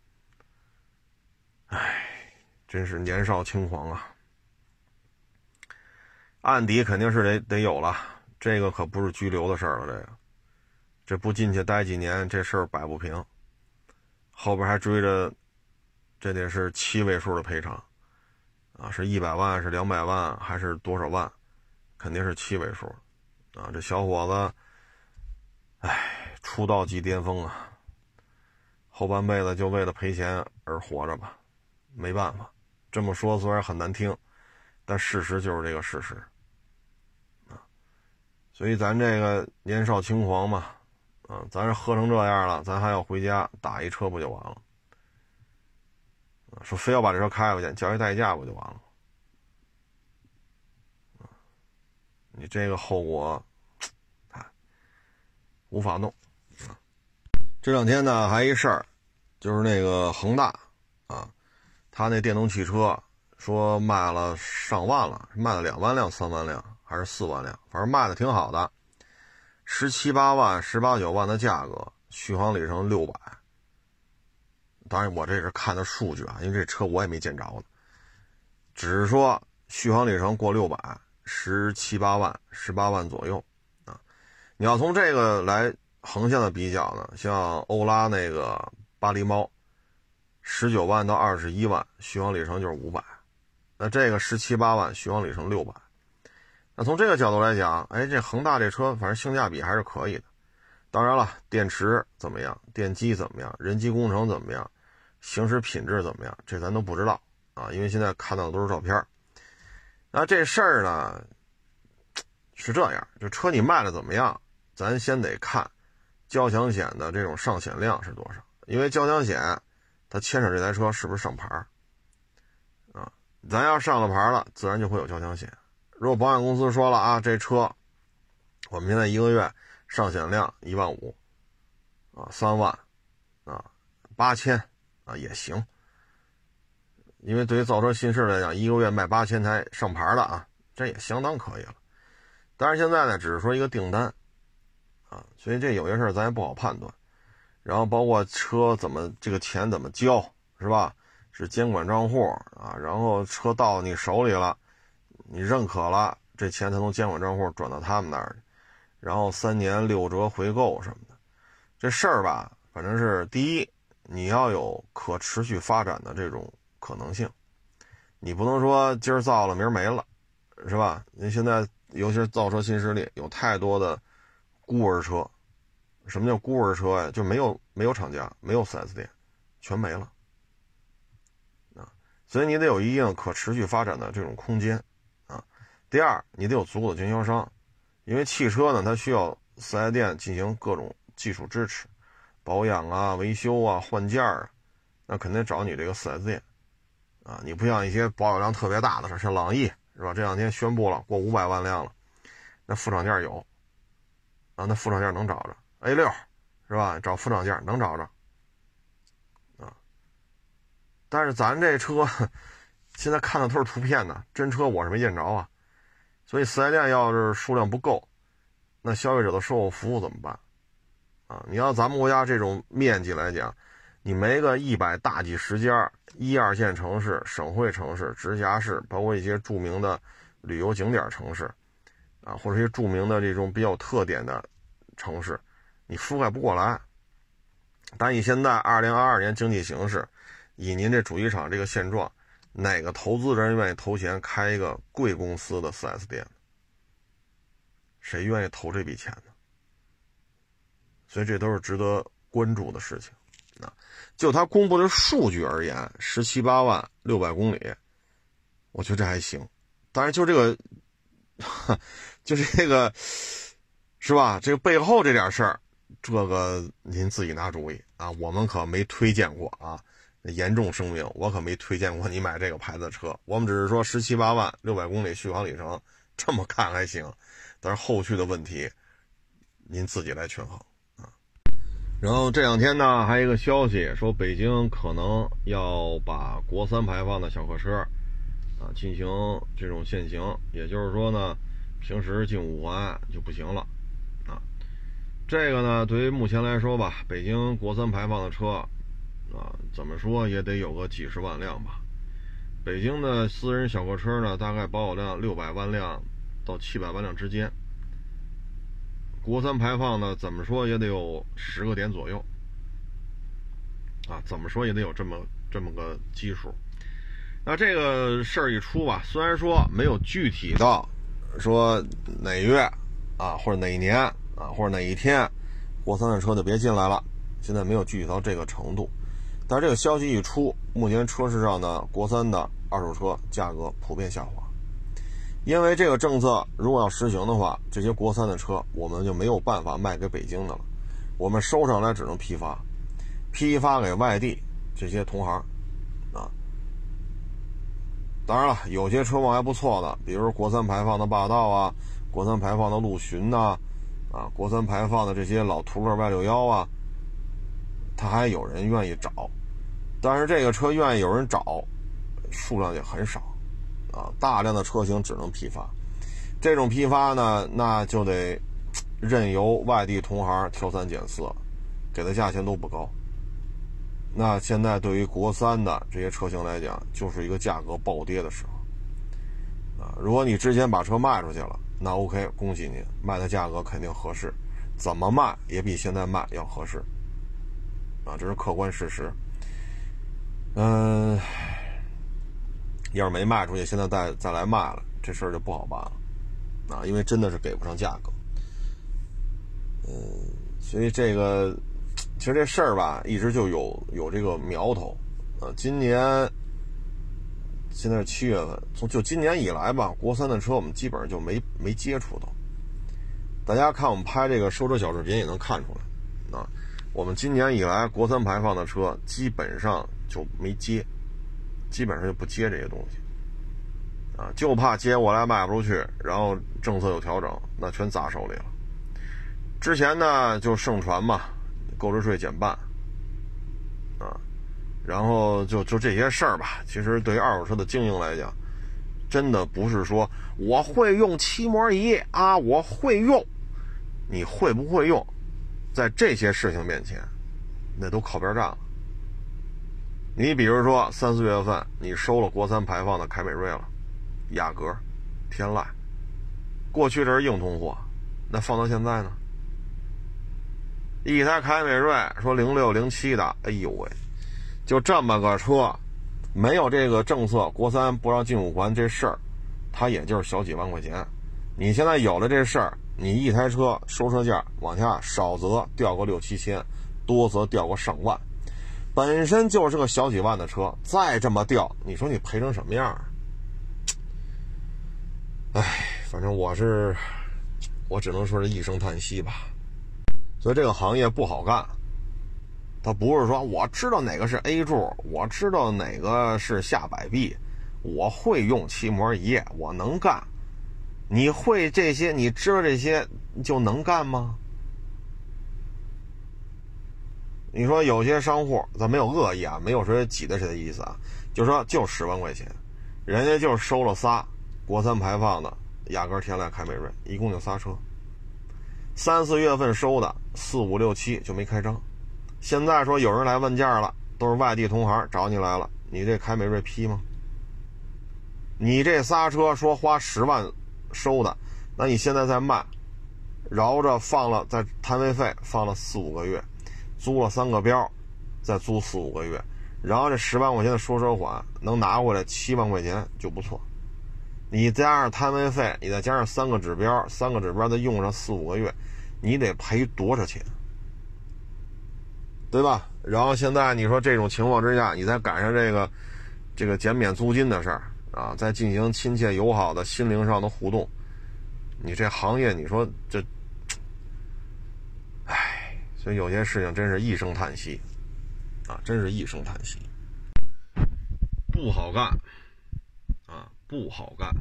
唉，真是年少轻狂啊。案底肯定是得得有了，这个可不是拘留的事儿了，这个这不进去待几年，这事儿摆不平，后边还追着，这得是七位数的赔偿啊，是一百万是两百万还是多少万，肯定是七位数啊。这小伙子唉，出道即巅峰啊，后半辈子就为了赔钱而活着吧，没办法，这么说虽然很难听，但事实就是这个事实啊。所以咱这个年少轻狂嘛，啊，咱是喝成这样了，咱还要回家打一车不就完了？说非要把这车开回去，叫一代驾不就完了？你这个后果，哎，无法弄。这两天呢，还一事儿，就是那个恒大啊，他那电动汽车说卖了上万了，卖了两万辆、三万辆还是四万辆，反正卖的挺好的，十七八万、十八九万的价格，续航里程六百。当然我这是看的数据啊，因为这车我也没见着呢，只是说续航里程过六百，十七八万、十八万左右啊。你要从这个来横向的比较呢，像欧拉那个巴黎猫，十九万到二十一万，续航里程就是五百，那这个十七八万，续航里程六百。那从这个角度来讲，哎，这恒大这车反正性价比还是可以的。当然了，电池怎么样，电机怎么样，人机工程怎么样，行驶品质怎么样，这咱都不知道啊，因为现在看到的都是照片。那这事儿呢是这样，这车你卖的怎么样，咱先得看交强险的这种上险量是多少，因为交强险它牵扯这台车是不是上牌啊，咱要上了牌了，自然就会有交强险。如果保险公司说了啊，这车我们现在一个月上险量一万五啊，三万啊，八千啊也行，因为对于造车新势来讲，一个月卖八千台上牌的啊，这也相当可以了。但是现在呢，只是说一个订单啊，所以这有些事儿咱也不好判断。然后包括车怎么这个钱怎么交，是吧？是监管账户啊，然后车到你手里了， 你认可了，这钱才从监管账户转到他们那儿，然后三年六折回购什么的。这事儿吧，反正是第一，你要有可持续发展的这种可能性，你不能说今儿造了明儿没了，是吧？你现在尤其是造车新势力，有太多的孤儿车。什么叫孤儿车呀？就没有没有厂家，没有 四 S 店，全没了啊！所以你得有一定可持续发展的这种空间啊。第二，你得有足够的经销商，因为汽车呢，它需要四 S 店进行各种技术支持，保养啊、维修啊、换件啊，那肯定找你这个 四 S 店啊。你不像一些保有量特别大的事，像朗逸是吧？这两天宣布了过五百万辆了，那副厂件有啊，那副厂件能找着。A 六是吧？找副厂件能找着啊，但是咱这车现在看的都是图片呢，真车我是没见着啊。所以四 S 店要是数量不够，那消费者的售后服务怎么办啊？你要咱们国家这种面积来讲，你没个一百大几十家，一二线城市、省会城市、直辖市，包括一些著名的旅游景点城市啊，或者一些著名的这种比较有特点的城市，你覆盖不过来。但以现在二零二二年经济形势，以您这主机厂这个现状，哪个投资人愿意投钱开一个贵公司的 四 S 店？谁愿意投这笔钱呢？所以这都是值得关注的事情啊。就他公布的数据而言，十七八万六百公里，我觉得这还行。当然就这个就这个是吧，这个背后这点事儿，这个您自己拿主意啊，我们可没推荐过啊，严重声明，我可没推荐过你买这个牌子的车，我们只是说十七八万六百公里续航里程，这么看还行，但是后续的问题您自己来权衡啊。然后这两天呢，还有一个消息说，北京可能要把国三排放的小客车啊进行这种限行，也就是说呢，平时进五环就不行了。这个呢，对于目前来说吧，北京国三排放的车啊，怎么说也得有个几十万辆吧。北京的私人小客车呢，大概保有量六百万辆到七百万辆之间。国三排放呢，怎么说也得有十个点左右啊，怎么说也得有这么这么个基数。那这个事儿一出吧，虽然说没有具体到说哪月啊，或者哪一年啊，或者哪一天国三的车就别进来了，现在没有具体到这个程度。但是这个消息一出，目前车市上的国三的二手车价格普遍下滑，因为这个政策如果要实行的话，这些国三的车我们就没有办法卖给北京的了，我们收上来只能批发，批发给外地这些同行啊。当然了，有些车况还不错的，比如国三排放的霸道啊，国三排放的陆巡呐、啊，啊，国三排放的这些老途乐 Y 六十一啊，他还有人愿意找，但是这个车愿意有人找，数量也很少啊，大量的车型只能批发。这种批发呢，那就得任由外地同行挑三拣四，给的价钱都不高。那现在对于国三的这些车型来讲，就是一个价格暴跌的时候啊。如果你之前把车卖出去了，那 OK， 恭喜你，卖的价格肯定合适，怎么卖也比现在卖要合适啊，这是客观事实。嗯，要是没卖出去，现在再再来卖了，这事儿就不好办了啊，因为真的是给不上价格。嗯，所以这个其实这事儿吧，一直就有有这个苗头啊。今年现在是七月份，从就今年以来吧，国三的车我们基本上就没没接触到。大家看我们拍这个收车小视频也能看出来啊，我们今年以来国三排放的车基本上就没接，基本上就不接这些东西啊，就怕接过来卖不出去，然后政策有调整，那全砸手里了。之前呢就盛传嘛，购置税减半啊，然后就就这些事儿吧。其实对于二手车的经营来讲，真的不是说我会用漆膜仪啊，我会用，你会不会用，在这些事情面前，那都靠边站了。你比如说三四月份你收了国三排放的凯美瑞了，雅阁天籁。过去这是硬通货，那放到现在呢？一台凯美瑞说零六零七的，哎呦喂，就这么个车，没有这个政策，国三不让进五环这事儿，它也就是小几万块钱。你现在有了这事儿，你一台车收车价往下少则掉个六七千，多则掉个上万，本身就是个小几万的车，再这么掉，你说你赔成什么样？哎，反正我是，我只能说是一声叹息吧。所以这个行业不好干，它不是说我知道哪个是 A 柱，我知道哪个是下摆臂，我会用漆膜仪，我能干。你会这些，你知道这些就能干吗？你说有些商户，咱没有恶意啊，没有说挤兑谁的意思啊，就说就十万块钱，人家就收了仨国三排放的雅阁、天籁、凯美瑞，一共就仨车。三四月份收的，四五六七就没开张。现在说有人来问价了，都是外地同行找你来了，你这凯美瑞批吗？你这仨车说花十万收的，那你现在在卖，饶着放了，在摊位费放了四五个月，租了三个标，再租四五个月，然后这十万块钱的收车款能拿回来七万块钱就不错。你加上摊位费，你再加上三个指标，三个指标再用上四五个月，你得赔多少钱？对吧？然后现在你说这种情况之下，你再赶上这个这个减免租金的事儿啊，再进行亲切友好的心灵上的互动，你这行业你说这，唉，所以有些事情真是一声叹息啊，真是一声叹息，不好干啊，不好干。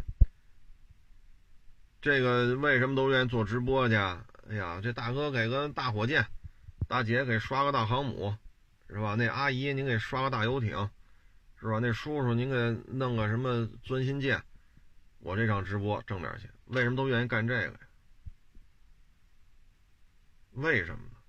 这个为什么都愿意做直播去？哎呀，这大哥给个大火箭，大姐给刷个大航母，是吧？那阿姨您给刷个大游艇，是吧？那叔叔您给弄个什么钻心舰，我这场直播挣点钱。为什么都愿意干这个呀？为什么呢？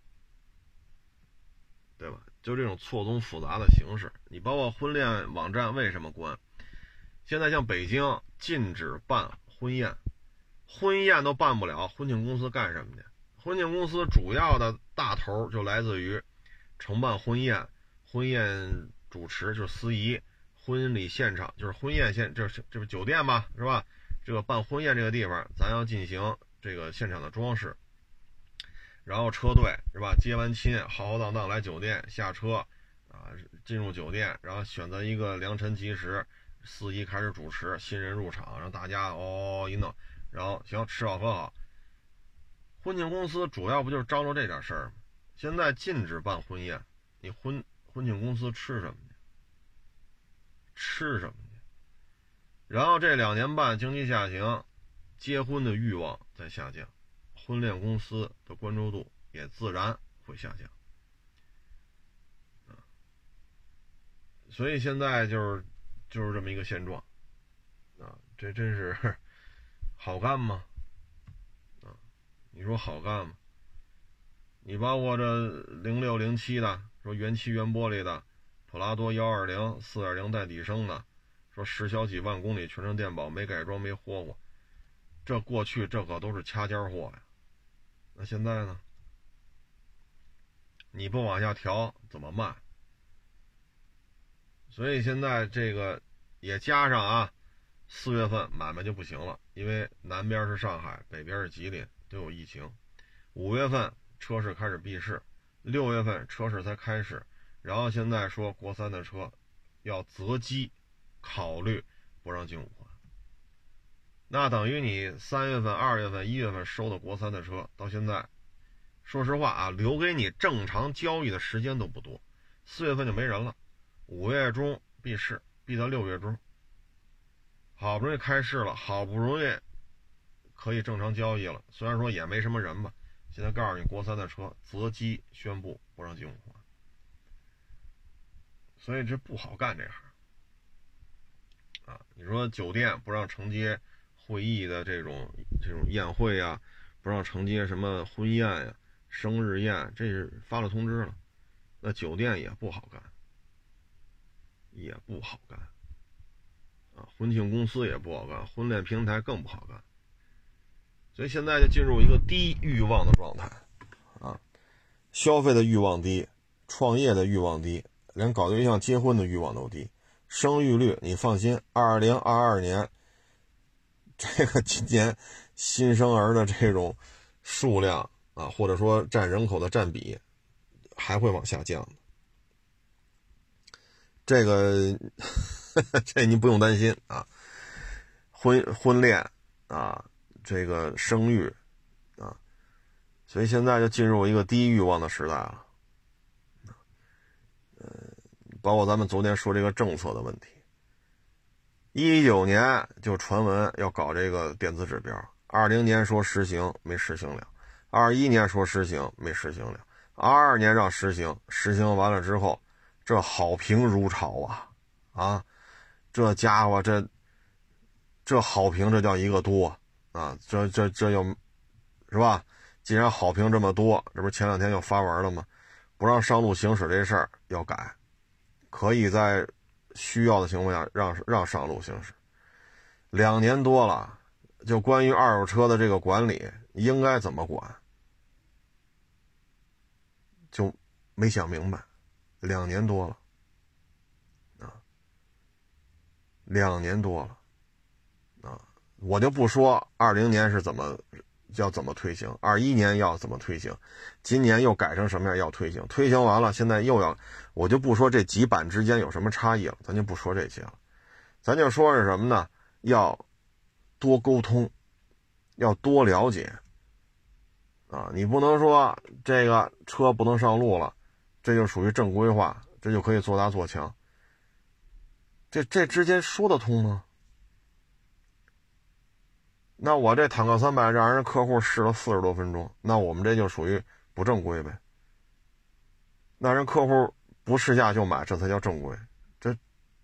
对吧？就这种错综复杂的形式，你包括婚恋网站为什么关？现在像北京禁止办婚宴，婚宴都办不了，婚庆公司干什么去？婚庆公司主要的大头就来自于承办婚宴，婚宴主持就是司仪，婚礼现场就是婚宴现，这是这是酒店嘛，是吧？这个办婚宴这个地方，咱要进行这个现场的装饰，然后车队是吧？接完亲，浩浩荡荡来酒店下车啊，进入酒店，然后选择一个良辰吉时，司仪开始主持，新人入场，让大家哦一弄，然后行，吃好喝好。婚庆公司主要不就是张罗这点事儿吗？现在禁止办婚宴，你婚婚庆公司吃什么去？吃什么去？然后这两年半经济下行，结婚的欲望在下降，婚恋公司的关注度也自然会下降。所以现在就是就是这么一个现状啊，这真是好干吗？啊，你说好干吗？你包括这零六零七的，说原漆原玻璃的，普拉多一二零 四点零 带底升的，说十小几万公里全程电保没改装没霍霍，这过去这可都是掐尖货呀。那现在呢？你不往下调怎么卖？所以现在这个也加上啊，四月份买卖就不行了，因为南边是上海，北边是吉林，都有疫情。五月份车市开始闭市，六月份车市才开始，然后现在说国三的车要择机考虑不让进五环，那等于你三月份、二月份、一月份收的国三的车，到现在，说实话啊，留给你正常交易的时间都不多，四月份就没人了，五月中闭市，闭到六月中，好不容易开市了，好不容易可以正常交易了，虽然说也没什么人吧，现在告诉你国三的车择机宣布不让进五环，所以这不好干这行啊。你说酒店不让承接会议的这种这种宴会啊，不让承接什么婚宴呀、啊、生日宴，这是发了通知了，那酒店也不好干，也不好干。 啊，婚庆公司也不好干，婚恋平台更不好干，所以现在就进入一个低欲望的状态啊，消费的欲望低，创业的欲望低，连搞对象结婚的欲望都低，生育率你放心，二零二二年这个今年新生儿的这种数量啊，或者说占人口的占比还会往下降的，这个这你不用担心啊，婚婚恋啊，这个生育啊，所以现在就进入一个低欲望的时代了。呃，包括咱们昨天说这个政策的问题，一九年就传闻要搞这个电子指标，二零年说实行没实行了，二一年说实行没实行了，二二年让实行，实行完了之后，这好评如潮啊啊！这家伙这这好评这叫一个多啊！这这这又是吧？既然好评这么多，这不是前两天又发文了吗？不让上路行驶这事儿要改，可以在需要的情况下让让上路行驶。两年多了，就关于二手车的这个管理应该怎么管，就没想明白。两年多了。两年多了啊，我就不说二零年是怎么要怎么推行，二一年要怎么推行，今年又改成什么样要推行，推行完了现在又要，我就不说这几版之间有什么差异了，咱就不说这些了，咱就说是什么呢？要多沟通，要多了解啊，你不能说这个车不能上路了，这就属于正规化，这就可以做大做强。这这之间说得通吗？那我这坦克三百让人客户试了四十多分钟，那我们这就属于不正规呗。那人客户不试驾就买，这才叫正规。这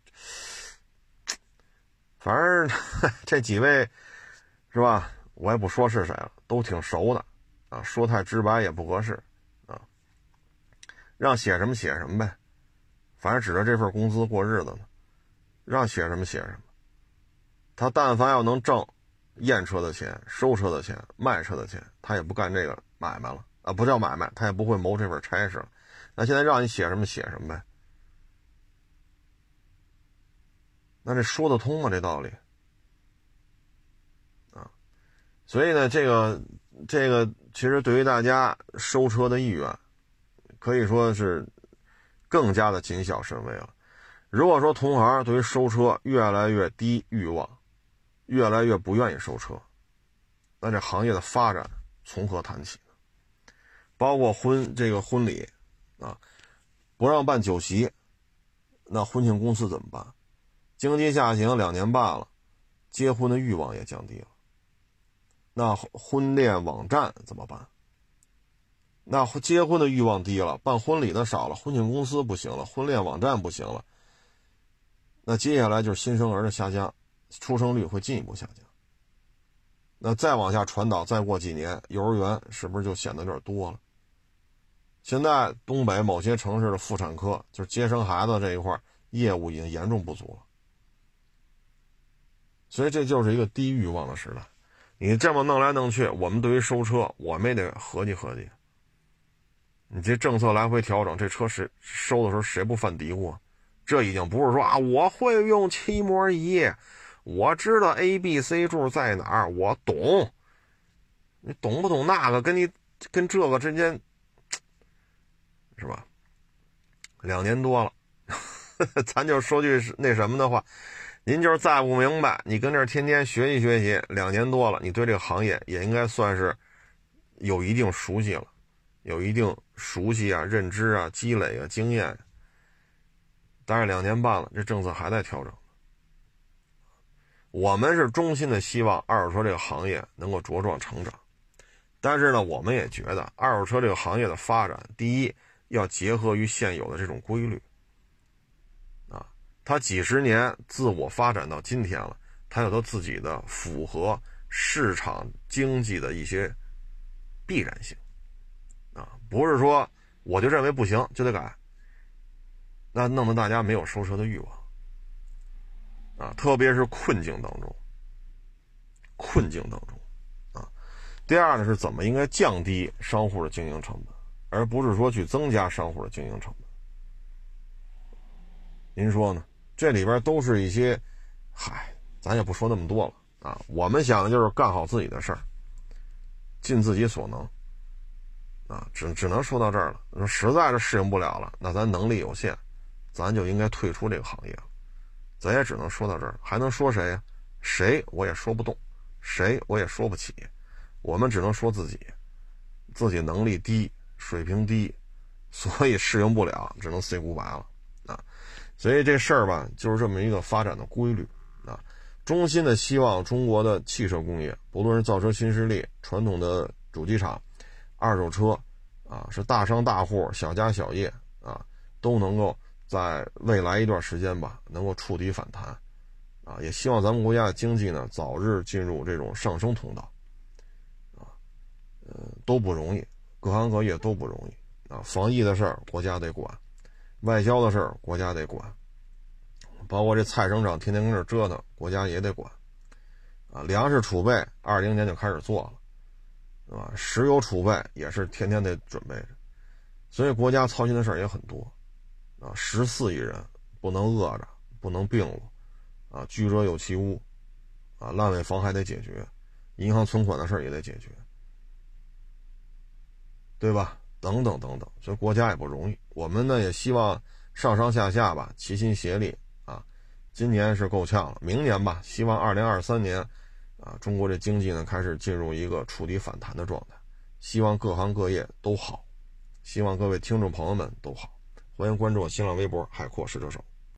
反正这几位是吧，我也不说是谁了，都挺熟的啊，说太直白也不合适啊。让写什么写什么呗，反正指着这份工资过日子呢。让写什么写什么，他但凡要能挣验车的钱、收车的钱、卖车的钱，他也不干这个买卖了啊，不叫买卖，他也不会谋这份差事了。那现在让你写什么写什么呗，那这说得通吗？这道理啊，所以呢，这个这个其实对于大家收车的意愿，可以说是更加的谨小慎微了。如果说同行对于收车越来越低欲望，越来越不愿意收车，那这行业的发展从何谈起呢？包括婚这个婚礼啊，不让办酒席，那婚庆公司怎么办？经济下行两年半了，结婚的欲望也降低了，那婚恋网站怎么办？那结婚的欲望低了，办婚礼的少了，婚庆公司不行了，婚恋网站不行了，那接下来就是新生儿的下降，出生率会进一步下降。那再往下传导，再过几年，幼儿园是不是就显得有点多了？现在东北某些城市的妇产科，就是接生孩子这一块业务已经严重不足了。所以这就是一个低欲望的时代。你这么弄来弄去，我们对于收车，我们也得合计合计。你这政策来回调整，这车谁收的时候谁不犯嘀咕啊？这已经不是说啊，我会用漆膜仪，我知道 A B C 柱在哪儿，我懂。你懂不懂那个跟你跟这个之间是吧？两年多了咱就说句那什么的话，您就是再不明白，你跟这儿天天学习学习，两年多了，你对这个行业也应该算是有一定熟悉了，有一定熟悉啊、认知啊、积累啊、经验。但是两年半了，这政策还在调整。我们是衷心的希望二手车这个行业能够茁壮成长，但是呢，我们也觉得二手车这个行业的发展，第一要结合于现有的这种规律啊，它几十年自我发展到今天了，它有它自己的符合市场经济的一些必然性啊，不是说我就认为不行就得改，那弄得大家没有收车的欲望啊，特别是困境当中，困境当中啊。第二呢，是怎么应该降低商户的经营成本，而不是说去增加商户的经营成本。您说呢？这里边都是一些，嗨，咱也不说那么多了啊。我们想的就是干好自己的事儿，尽自己所能啊，只只能说到这儿了。实在是适应不了了，那咱能力有限，咱就应该退出这个行业了。咱也只能说到这儿，还能说谁呀？谁我也说不动，谁我也说不起，我们只能说自己，自己能力低，水平低，所以适应不了，只能 say goodbye 了啊。所以这事儿吧，就是这么一个发展的规律啊。衷心的希望中国的汽车工业，不论是造车新势力、传统的主机厂、二手车啊，是大商大户、小家小业啊，都能够在未来一段时间吧，能够触底反弹啊。也希望咱们国家的经济呢，早日进入这种上升通道啊。呃，都不容易，各行各业都不容易啊。防疫的事儿，国家得管。外交的事儿国家得管，包括这蔡省长天天跟这折腾，国家也得管啊。粮食储备二零年就开始做了，对吧？石油储备也是天天得准备着，所以国家操心的事儿也很多啊。十四亿人不能饿着，不能病了啊，居者有其屋啊，烂尾房还得解决，银行存款的事儿也得解决，对吧？等等等等，所以国家也不容易。我们呢也希望上上下下吧齐心协力啊。今年是够呛了，明年吧，希望二零二三年啊，中国这经济呢开始进入一个触底反弹的状态。希望各行各业都好，希望各位听众朋友们都好。欢迎关注我新浪微博海阔试车手。